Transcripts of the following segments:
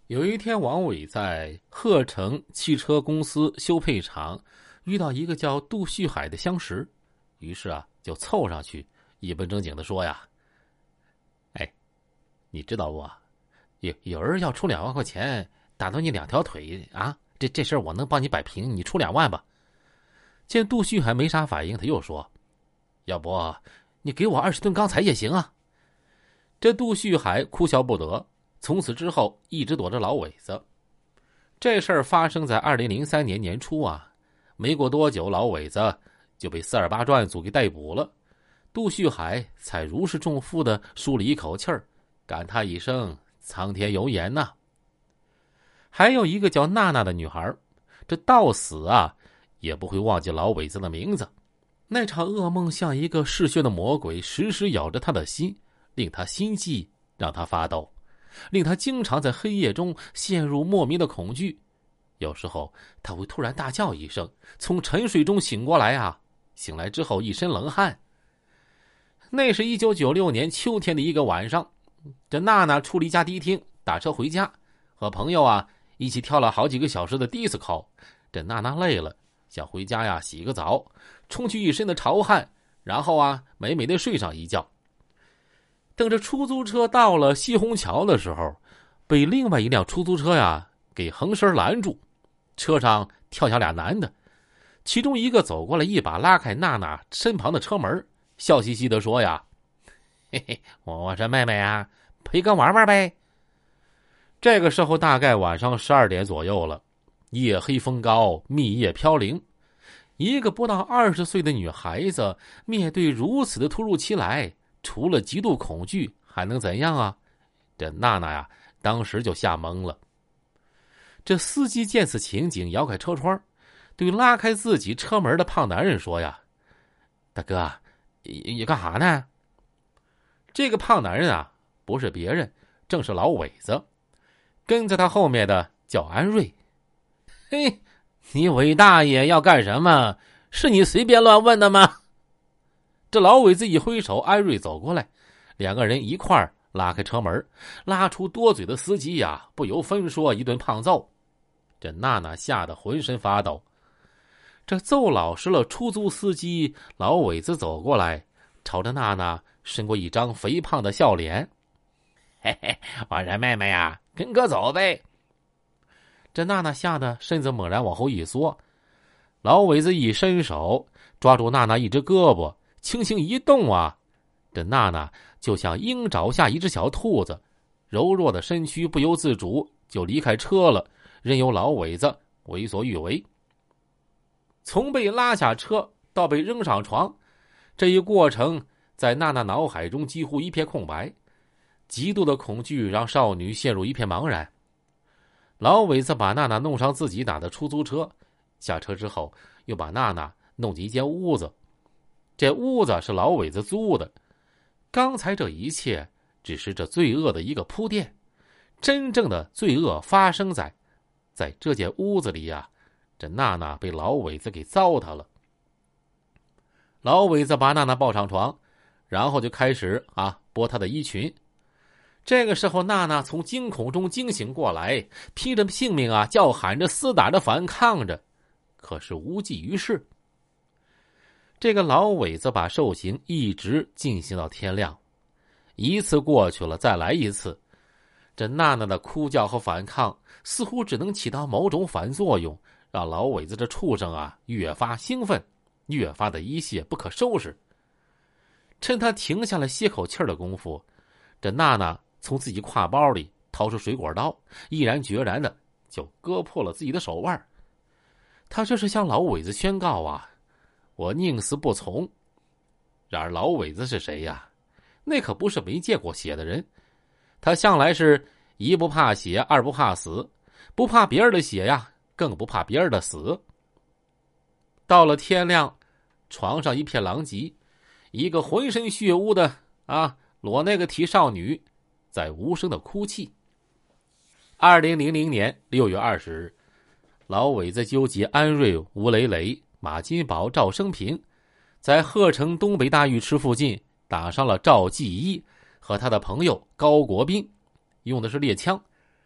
有一天，王伟在鹤城汽车公司修配厂遇到一个叫杜旭海的相识，于是就凑上去一本正经的说呀：“哎，你知道不？有人要出2万块钱打断你2条腿啊！这事儿我能帮你摆平，你出2万吧。”见杜旭海没啥反应，他又说：“要不你给我20吨钢材也行啊。”这杜旭海哭笑不得，从此之后一直躲着老伟子。这事儿发生在2003年年初没过多久，老伟子就被428专案组给逮捕了。杜旭海才如释重负的舒了一口气儿，感叹一声苍天有眼呐。还有一个叫娜娜的女孩，这到死也不会忘记老伟子的名字。那场噩梦像一个嗜血的魔鬼，时时咬着他的心，令他心悸，让他发抖，令他经常在黑夜中陷入莫名的恐惧。有时候他会突然大叫一声，从沉睡中醒过来醒来之后一身冷汗。那是1996年秋天的一个晚上，这娜娜出了一家迪厅，打车回家，和朋友一起跳了好几个小时的disco。这娜娜累了，想回家洗个澡，冲去一身的潮汗，然后美美的睡上一觉。等着出租车到了西虹桥的时候，被另外一辆出租车给横身拦住，车上跳下俩男的，其中一个走过来，一把拉开娜娜身旁的车门，笑嘻嘻的说：“嘿嘿，我说妹妹陪哥玩玩呗。”这个时候大概晚上12点左右了，夜黑风高，密叶飘零。一个不到20岁的女孩子面对如此的突如其来，除了极度恐惧还能怎样这娜娜当时就吓懵了。这司机见此情景，摇开车窗，对拉开自己车门的胖男人说：“大哥，你干啥呢？”这个胖男人不是别人，正是老伟子。跟在他后面的叫安瑞。“嘿，你伟大爷要干什么？是你随便乱问的吗？”这老伟子一挥手，安瑞走过来，两个人一块儿拉开车门，拉出多嘴的司机不由分说一顿胖揍。这娜娜吓得浑身发抖。这揍老实了出租司机，老伟子走过来，朝着娜娜伸过一张肥胖的笑脸：“嘿嘿，我说妹妹跟哥走呗。”这娜娜吓得身子猛然往后一缩，老伟子一伸手抓住娜娜一只胳膊，轻轻一动这娜娜就像鹰爪下一只小兔子，柔弱的身躯不由自主就离开车了，任由老伟子为所欲为。从被拉下车到被扔上床，这一过程在娜娜脑海中几乎一片空白，极度的恐惧让少女陷入一片茫然。老伟子把娜娜弄上自己打的出租车，下车之后又把娜娜弄进一间屋子，这屋子是老伟子租的。刚才这一切只是这罪恶的一个铺垫，真正的罪恶发生在这间屋子里这娜娜被老伟子给糟蹋了。老伟子把娜娜抱上床，然后就开始剥她的衣裙。这个时候娜娜从惊恐中惊醒过来，拼着性命叫喊着厮打着反抗着，可是无济于事。这个老伟子把受刑一直进行到天亮，一次过去了再来一次。这娜娜的哭叫和反抗似乎只能起到某种反作用，让老伟子这畜生越发兴奋，越发的一泻不可收拾。趁他停下来歇口气的功夫，这娜娜从自己挎包里掏出水果刀，毅然决然的就割破了自己的手腕。他这是向老伟子宣告我宁死不从。然而老伟子是谁那可不是没见过血的人，他向来是一不怕血，二不怕死，不怕别人的血更不怕别人的死。到了天亮，床上一片狼藉，一个浑身血污的裸那个体少女在无声的哭泣。2000年6月20日，老伟子纠集安瑞、吴磊磊、马金宝、赵生平，在鹤城东北大浴池附近打伤了赵继一和他的朋友高国斌，用的是猎枪。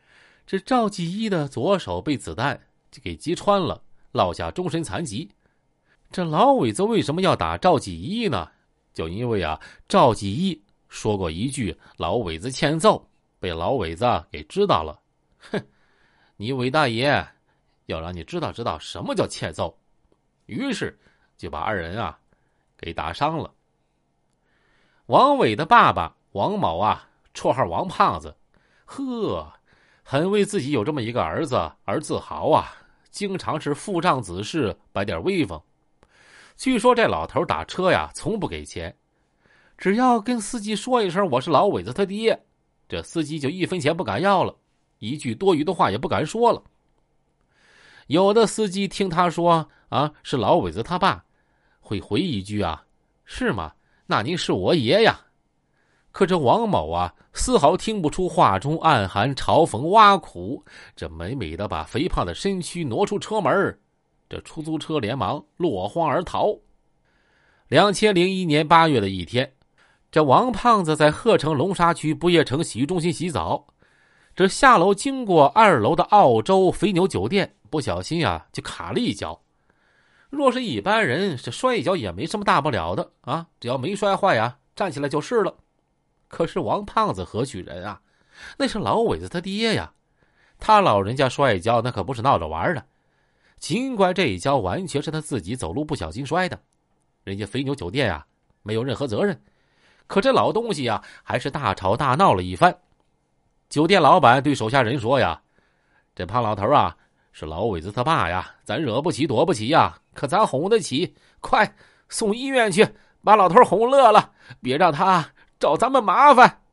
这赵继一的左手被子弹给击穿了，落下终身残疾。这老伟子为什么要打赵继一呢？就因为赵继一说过一句老伟子欠揍，被老伟子给知道了。哼，你伟大爷要让你知道知道什么叫欠揍。于是就把二人给打伤了。王伟的爸爸王某绰号王胖子，很为自己有这么一个儿子而自豪经常是父仗子势，摆点威风。据说这老头打车从不给钱，只要跟司机说一声我是老伟子他爹，这司机就1分钱不敢要了，一句多余的话也不敢说了。有的司机听他说是老伟子他爸，会回一句是吗？那您是我爷呀。可这王某丝毫听不出话中暗含嘲讽挖苦，这美美的把肥胖的身躯挪出车门，这出租车连忙落荒而逃。2001年8月的一天，这王胖子在鹤城龙沙区不夜城洗浴中心洗澡，这下楼经过2楼的澳洲肥牛酒店，不小心就卡了一脚。若是一般人，这摔一跤也没什么大不了的只要没摔坏站起来就是了。可是王胖子何许人那是老伟子他爹呀，他老人家摔一跤那可不是闹着玩的。尽管这一跤完全是他自己走路不小心摔的，人家肥牛酒店没有任何责任，可这老东西还是大吵大闹了一番。酒店老板对手下人说这胖老头是老伟子他爸咱惹不起躲不起可咱哄得起，快送医院去，把老头哄乐了，别让他找咱们麻烦。